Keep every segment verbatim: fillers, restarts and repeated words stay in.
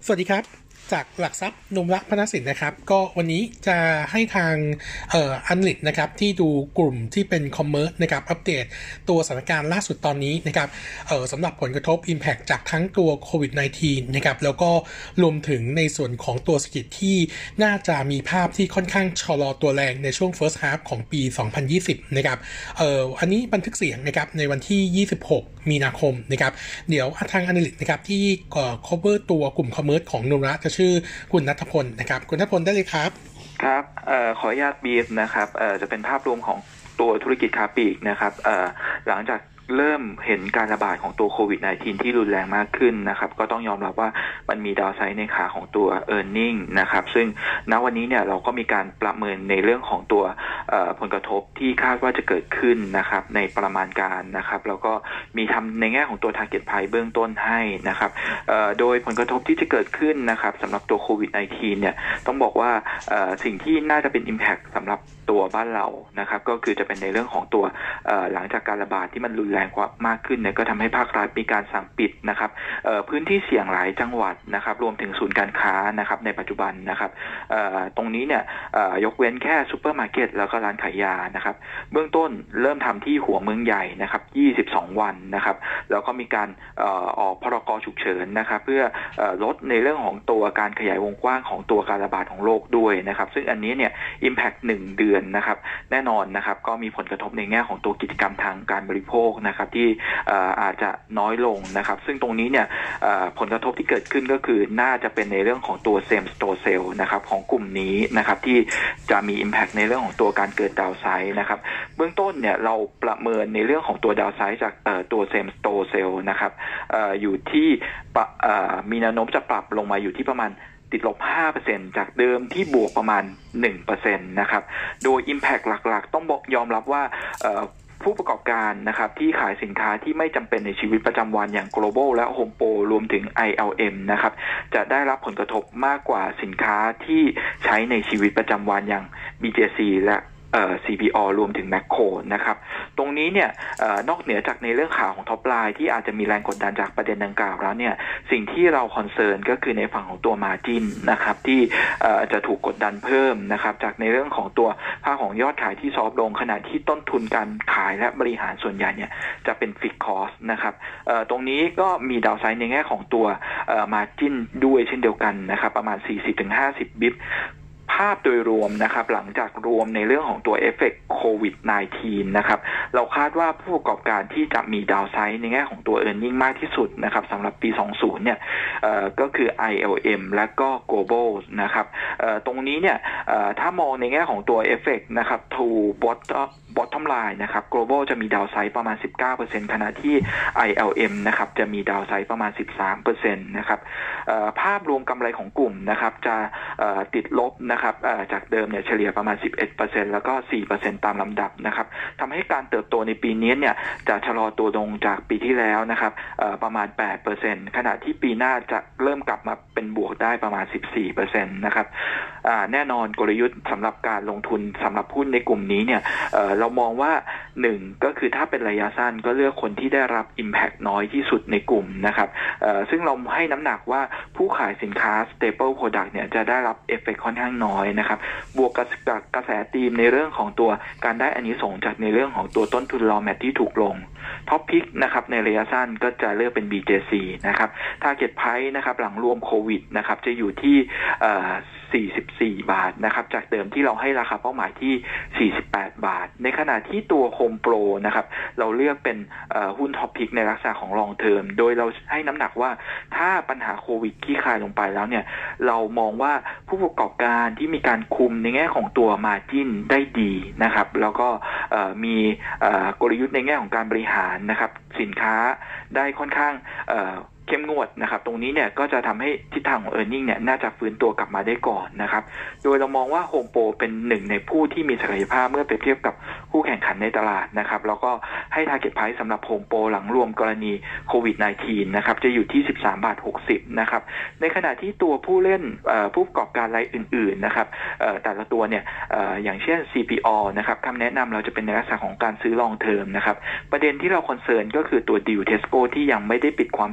สวัสดีครับจากหลักทรัพย์นุมรักพนสินนะครับก็วันนี้จะให้ทางเอ่ออันลิตนะครับที่ดูกลุ่มที่เป็นคอมเมอร์สนะครับอัปเดตตัวสถานการณ์ล่าสุดตอนนี้นะครับเอ่อสำหรับผลกระทบ Impact จากทั้งตัวโควิด สิบเก้า นะครับแล้วก็รวมถึงในส่วนของตัวเศรษฐกิจที่น่าจะมีภาพที่ค่อนข้างชะลอตัวแรงในช่วง First Half ของปี สองพันยี่สิบ นะครับเอ่ออันนี้บันทึกเสียงนะครับในวันที่ ยี่สิบหก มีนาคมนะครับเดี๋ยวทาง Analyst นะครับที่เอ่อ cover ตัวกลุ่มคอมเมอร์สของนุมระจะชื่อคุณณัฐพลนะครับคุณณัฐพลได้เลยครับครับเอ่อขออนุญาตบีฟนะครับเอ่อจะเป็นภาพรวมของตัวธุรกิจค้าปลีกนะครับเอ่อหลังจากเริ่มเห็นการระบาดของตัวโควิด สิบเก้า ที่รุนแรงมากขึ้นนะครับก็ต้องยอมรับว่ามันมีดาวไซด์ในขาของตัว earning นะครับซึ่งณวันนี้เนี่ยเราก็มีการประเมินในเรื่องของตัวผลกระทบที่คาดว่าจะเกิดขึ้นนะครับในประมาณการนะครับแล้วก็มีทำในแง่ของตัว target price เบื้องต้นให้นะครับโดยผลกระทบที่จะเกิดขึ้นนะครับสำหรับตัวโควิด สิบเก้า เนี่ยต้องบอกว่าสิ่งที่น่าจะเป็น impact สำหรับตัวบ้านเรานะครับก็คือจะเป็นในเรื่องของตัวหลังจากการระบาดที่มันรุนแรงกว่ามากขึ้นเนี่ยก็ทำให้ภาครัฐมีการสั่งปิดนะครับพื้นที่เสี่ยงหลายจังหวัดนะครับรวมถึงศูนย์การค้านะครับในปัจจุบันนะครับตรงนี้เนี่ยยกเว้นแค่ซูเปอร์มาร์เก็ตแล้วก็ร้านขายยานะครับเบื้องต้นเริ่มทำที่หัวเมืองใหญ่นะครับยี่สิบสองวันนะครับแล้วก็มีการออกพรกฉุกเฉินนะครับเพื่อลดในเรื่องของตัวการขยายวงกว้างของตัวการระบาดของโรคด้วยนะครับซึ่งอันนี้เนี่ย impact หนึ่งเดือนนะครับแน่นอนนะครับก็มีผลกระทบในแง่ของตัวกิจกรรมทางการบริโภคนะครับที่อาจจะน้อยลงนะครับซึ่งตรงนี้เนี่ยผลกระทบที่เกิดขึ้นก็คือน่าจะเป็นในเรื่องของตัว same store sale นะครับของกลุ่มนี้นะครับที่จะมี impact ในเรื่องของตัวการเกิดดาวไซด์นะครับเบื้องต้นเนี่ยเราประเมินในเรื่องของตัวดาวไซด์จากตัว same store sale นะครับ อ, อยู่ที่มีแนวโน้มจะปรับลงมาอยู่ที่ประมาณติดลบ ห้าเปอร์เซ็นต์ จากเดิมที่บวกประมาณ หนึ่งเปอร์เซ็นต์ นะครับโดย impact หลักๆต้องบอกยอมรับว่าผู้ประกอบการนะครับที่ขายสินค้าที่ไม่จำเป็นในชีวิตประจำวันอย่าง Global และ Home Pro รวมถึง ไอ แอล เอ็ม นะครับจะได้รับผลกระทบมากกว่าสินค้าที่ใช้ในชีวิตประจำวันอย่าง บี เจ ซี และเอ่อ ซี พี โอ รวมถึงแมคโครนะครับตรงนี้เนี่ยเอ่อนอกเหนือจากในเรื่องข่าวของท็อปไลน์ที่อาจจะมีแรงกดดันจากประเด็นดังกล่าวแล้วเนี่ยสิ่งที่เราคอนเซิร์นก็คือในฝั่งของตัวมาร์จิ้นนะครับที่เอ่อจะถูกกดดันเพิ่มนะครับจากในเรื่องของตัวภาคของยอดขายที่ซอฟต์ลงขณะที่ต้นทุนการขายและบริหารส่วนใหญ่เนี่ยจะเป็นฟิกคอสนะครับเอ่อตรงนี้ก็มีดาวไซด์ในแง่ของตัวเอ่อมาร์จิ้นด้วยเช่นเดียวกันนะครับประมาณ สี่สิบถึงห้าสิบ บิปภาพโดยรวมนะครับหลังจากรวมในเรื่องของตัวเอฟเฟกต์โควิด สิบเก้า นะครับเราคาดว่าผู้ประกอบการที่จะมีดาวไซด์ในแง่ของตัว earning มากที่สุดนะครับสำหรับปี ยี่สิบ เนี่ยเอ่อก็คือ ไอ แอล เอ็ม และก็ Global นะครับเอ่อตรงนี้เนี่ยเอ่อถ้ามองในแง่ของตัวเอฟเฟกต์นะครับ to bottom bottom line นะครับ Global จะมีดาวไซด์ประมาณ สิบเก้าเปอร์เซ็นต์ ขณะที่ ไอ แอล เอ็ม นะครับจะมีดาวไซด์ประมาณ สิบสามเปอร์เซ็นต์ นะครับเอ่อภาพรวมกำไรของกลุ่มนะครับจะเอ่อติดลบนะครับเอ่อจากเดิมเนี่ยเฉลี่ยประมาณ สิบเอ็ดเปอร์เซ็นต์ แล้วก็ สี่เปอร์เซ็นต์ ตามลำดับนะครับทำให้การเติบโตในปีนี้เนี่ยจะชะลอตัวลงจากปีที่แล้วนะครับเอ่อประมาณ แปดเปอร์เซ็นต์ ขณะที่ปีหน้าจะเริ่มกลับมาเป็นบวกได้ประมาณ สิบสี่เปอร์เซ็นต์ นะครับอ่าแน่นอนกลยุทธ์สำหรับการลงทุนสำหรับหุ้นในกลุ่มนี้เนี่ยเอ่อเรามองว่าหนึ่งก็คือถ้าเป็นระยะสั้นก็เลือกคนที่ได้รับ impact น้อยที่สุดในกลุ่มนะครับเอ่อซึ่งเราให้น้ำหนักว่าผู้ขายสินค้า staple product เนี่ยจะได้รับเอฟเฟกต์ค่อนข้างน้อยนะครับบวกกับกระแสธีมในเรื่องของตัวการได้อานิสงส์จากในเรื่องของตัวต้นทุน raw mat ที่ถูกลงท็อปพิกนะครับในระยะสั้นก็จะเลือกเป็น บี เจ ซี นะครับ target price นะครับหลังรวมโควิดนะครับจะอยู่ที่เอ่อสี่สิบสี่บาทนะครับจากเดิมที่เราให้ราคาเป้าหมายที่สี่สิบแปดบาทในขณะที่ตัว Home Pro นะครับเราเลือกเป็นหุ้นท็อปพิกในลักษณะของ long term โดยเราให้น้ำหนักว่าถ้าปัญหาโควิดคลี่คลายลงไปแล้วเนี่ยเรามองว่าผู้ประกอบการที่มีการคุมในแง่ของตัว margin ได้ดีนะครับแล้วก็มีกลยุทธ์ในแง่ของการบริหารนะครับสินค้าได้ค่อนข้างเข้มงวดนะครับตรงนี้เนี่ยก็จะทำให้ทิศทางของ earning เนี่ยน่าจะฟื้นตัวกลับมาได้ก่อนนะครับโดยเรามองว่า Home Pro เป็นหนึ่งในผู้ที่มีศักยภาพเมื่อเปรียบเทียบกับคู่แข่งขันในตลาดนะครับแล้วก็ให้ target price สำหรับ Home Pro หลังรวมกรณีโควิด สิบเก้า นะครับจะอยู่ที่ สิบสามบาทหกสิบนะครับในขณะที่ตัวผู้เล่นผู้ประกอบการรายอื่นๆนะครับแต่ละตัวเนี่ยอย่างเช่น ซี พี โอ นะครับคำแนะนำเราจะเป็นในลักษณะของการซื้อ long term นะครับประเด็นที่เราคอนเซิร์นก็คือตัว Deal Tesco ที่ยังไม่ได้ปิดความเสี่ยง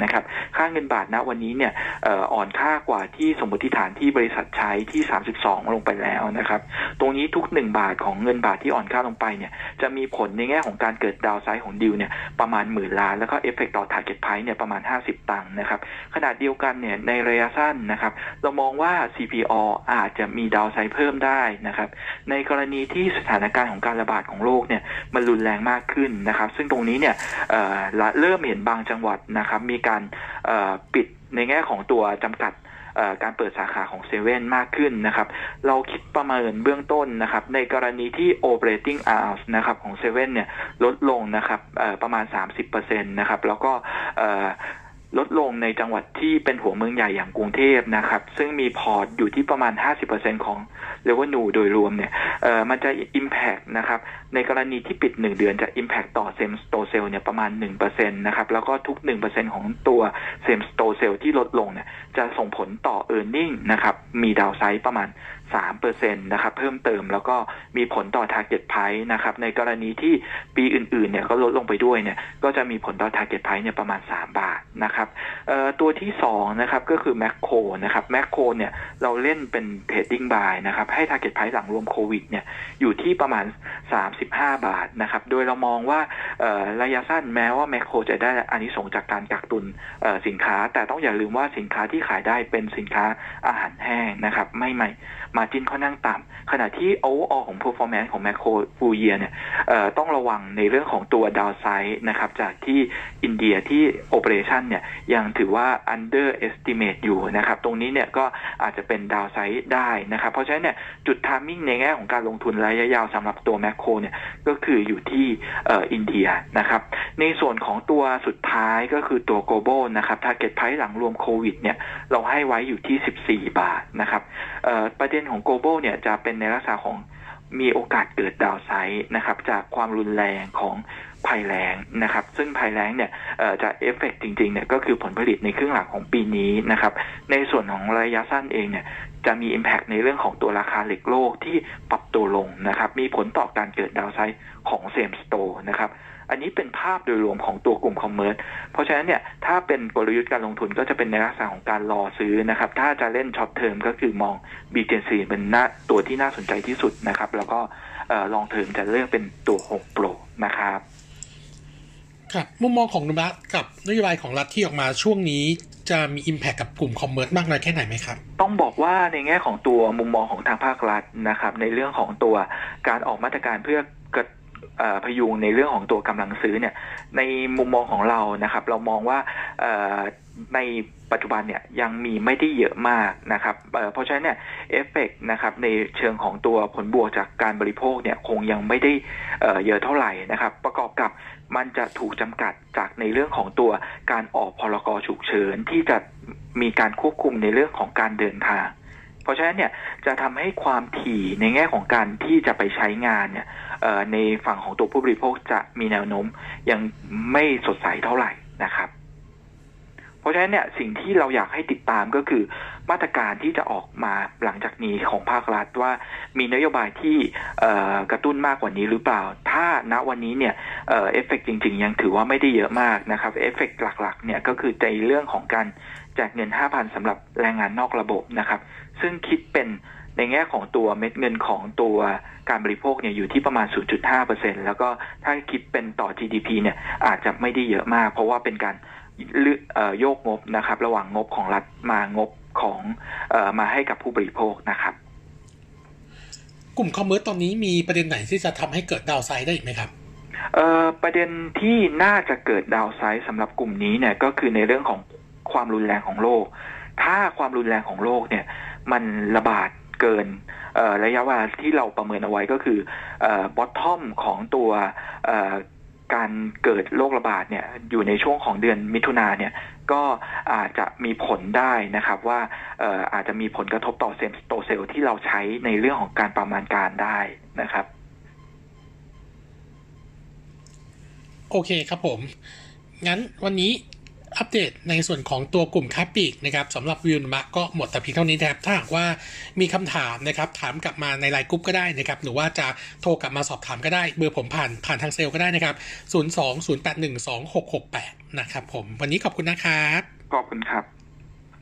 นะครับค่าเงินบาทณวันนี้เนี่ยอ่อนค่ากว่าที่สมมติฐานที่บริษัทใช้ที่สามสิบสองลงไปแล้วนะครับตรงนี้ทุกหนึ่งบาทของเงินบาทที่อ่อนค่าลงไปเนี่ยจะมีผลในแง่ของการเกิดดาวไซด์ของดิวเนี่ยประมาณหมื่นล้านแล้วก็เอฟเฟกต์ต่อ target price เนี่ยประมาณห้าสิบตังค์นะครับขณะเดียวกันเนี่ยในระยะสั้นนะครับเรามองว่า ซี พี อ อาจจะมีดาวไซด์เพิ่มได้นะครับในกรณีที่สถานการณ์ของการระบาดของโรคเนี่ยมันรุนแรงมากขึ้นนะครับซึ่งตรงนี้เนี่ยเอ่อเริ่มเห็นบางจังหวัดนะครับมีการเอ่อปิดในแง่ของตัวจำกัดการเปิดสาขาของเซเว่นมากขึ้นนะครับเราคิดประเมินเบื้องต้นนะครับในกรณีที่ operating hours นะครับของเซเว่นเนี่ยลดลงนะครับประมาณ สามสิบเปอร์เซ็นต์ นะครับแล้วก็ลดลงในจังหวัดที่เป็นหัวเมืองใหญ่อย่างกรุงเทพนะครับซึ่งมีพอร์ตอยู่ที่ประมาณ ห้าสิบเปอร์เซ็นต์ ของ revenue โดยรวมเนี่ยเอ่อมันจะ impact นะครับในกรณีที่ปิดหนึ่งเดือนจะ impact ต่อ same store sale เนี่ยประมาณ หนึ่งเปอร์เซ็นต์ นะครับแล้วก็ทุก หนึ่งเปอร์เซ็นต์ ของตัว same store sale ที่ลดลงเนี่ยจะส่งผลต่อ earning นะครับมีดาวไซด์ประมาณ สามเปอร์เซ็นต์ นะครับเพิ่มเติมแล้วก็มีผลต่อ target price นะครับในกรณีที่ปีอื่นๆเนี่ยก็ลดลงไปด้วยเนี่ยก็จะมีผลต่อ target price เนี่ยประมาณสามบาทนะครับเอ่อตัวที่สองนะครับก็คือ Macro นะครับ Macro เนี่ยเราเล่นเป็น trading buy นะครับให้ target price หลังรวมโควิดเนี่ยอยู่ที่ประมาณสามสิบห้าบาทนะครับโดยเรามองว่าเอ่อระยะสั้นแม้ว่า Macro จะได้อานิสงส์จากการกักตุนเอ่อสินค้าแต่ต้องอย่าลืมว่าสินค้าที่ขายได้เป็นสินค้าอาหารแห้งนะครับไม่ใหม่margin ค่อนข้างต่ำขณะที่ overall ของ performance ของ Macro full year เนี่ยเอ่อต้องระวังในเรื่องของตัว downside นะครับจากที่อินเดียที่ operation เนี่ยยังถือว่า under estimate อยู่นะครับตรงนี้เนี่ยก็อาจจะเป็น downside ได้นะครับเพราะฉะนั้นเนี่ยจุด timing ในแง่ของการลงทุนระยะยาวสำหรับตัว Macro เนี่ยก็คืออยู่ที่เอ่ออินเดียนะครับในส่วนของตัวสุดท้ายก็คือตัว global นะครับ target price หลังรวมโควิดเนี่ยเราให้ไว้อยู่ที่สิบสี่บาทนะครับเอ่อประเด็นของ global เนี่ยจะเป็นในลักษณะของมีโอกาสเกิดดาวไซด์นะครับจากความรุนแรงของภัยแล้งนะครับซึ่งภัยแล้งเนี่ยจะเอฟเฟกต์จริงๆเนี่ยก็คือผลผลิตในครึ่งหลังของปีนี้นะครับในส่วนของระยะสั้นเองเนี่ยจะมี impact ในเรื่องของตัวราคาเหล็กโลกที่ปรับตัวลงนะครับมีผลต่อการเกิดดาวไซด์ของ same store นะครับอันนี้เป็นภาพโดยรวมของตัวกลุ่มคอมเมอร์สเพราะฉะนั้นเนี่ยถ้าเป็นกลยุทธ์การลงทุนก็จะเป็นในลักษณะของการรอซื้อนะครับถ้าจะเล่นช็อตเทอมก็คือมอง บี ที ซี เป็นหน้าตัวที่น่าสนใจที่สุดนะครับแล้วก็ลองเทอมจะเลือกเป็นตัวหก Pro นะครับครับมุมมองของนุมัตกับนโยบายของรัฐที่ออกมาช่วงนี้จะมี impact กับกลุ่มคอมเมอร์สมากน้อยแค่ไหนไหมครับต้องบอกว่าในแง่ของตัวมุมมองของทางภาครัฐนะครับในเรื่องของตัวการออกมาตรการเพื่อพยุงในเรื่องของตัวกำลังซื้อเนี่ยในมุมมองของเรานะครับเรามองว่าในปัจจุบันเนี่ยยังมีไม่ได้เยอะมากนะครับเพราะฉะนั้นเนี่ยเอฟเฟกต์นะครับในเชิงของตัวผลบวกจากการบริโภคเนี่ยคงยังไม่ได้เยอะเท่าไหร่นะครับประกอบกับมันจะถูกจำกัดจากในเรื่องของตัวการออกพรกฉุกเฉินที่จะมีการควบคุมในเรื่องของการเดินทางเพราะฉะนั้นเนี่ยจะทำให้ความถี่ในแง่ของการที่จะไปใช้งานเนี่ยในฝั่งของตัวผู้บริโภคจะมีแนวโน้มยังไม่สดใสเท่าไหร่นะครับเพราะฉะนั้นเนี่ยสิ่งที่เราอยากให้ติดตามก็คือมาตรการที่จะออกมาหลังจากนี้ของภาครัฐว่ามีนโยบายที่กระตุ้นมากกว่านี้หรือเปล่าถ้าณวันนี้เนี่ยเอฟเฟกต์จริงๆยังถือว่าไม่ได้เยอะมากนะครับเอฟเฟกต์หลักๆเนี่ยก็คือในเรื่องของการแจกเงิน ห้าพัน สำหรับแรงงานนอกระบบนะครับซึ่งคิดเป็นในแง่ของตัวเม็ดเงินของตัวการบริโภคเนี่ยอยู่ที่ประมาณ ศูนย์จุดห้าเปอร์เซ็นต์ แล้วก็ถ้าคิดเป็นต่อ จี ดี พี เนี่ยอาจจะไม่ได้เยอะมากเพราะว่าเป็นการโยกงบนะครับระหว่างงบของรัฐมางบของเอ่อมาให้กับผู้บริโภคนะครับกลุ่มคอมเมอร์สตอนนี้มีประเด็นไหนที่จะทำให้เกิดดาวไซด์ได้อีกไหมครับเอ่อประเด็นที่น่าจะเกิดดาวไซด์สำหรับกลุ่มนี้เนี่ยก็คือในเรื่องของความรุนแรงของโรคถ้าความรุนแรงของโรคเนี่ยมันระบาดเกินระยะเวลาที่เราประเมินเอาไว้ก็คือบอททอมของตัวการเกิดโรคระบาดเนี่ยอยู่ในช่วงของเดือนมิถุนาเนี่ยก็อาจจะมีผลได้นะครับว่าอาจจะมีผลกระทบต่อเซมโตเซลล์ที่เราใช้ในเรื่องของการประมาณการได้นะครับโอเคครับผมงั้นวันนี้อัปเดตในส่วนของตัวกลุ่มค้าปลีกนะครับสำหรับวิวมะก็หมดแต่เพียงเท่านี้นะครับถ้าหากว่ามีคำถามนะครับถามกลับมาในไลน์กรุ๊ปก็ได้นะครับหรือว่าจะโทรกลับมาสอบถามก็ได้เบอร์ผมผ่านผ่านทางเซลล์ก็ได้นะครับศูนย์ สอง ศูนย์ แปด หนึ่ง สอง หก หก แปดนะครับผมวันนี้ขอบคุณนะครับขอบคุณครับ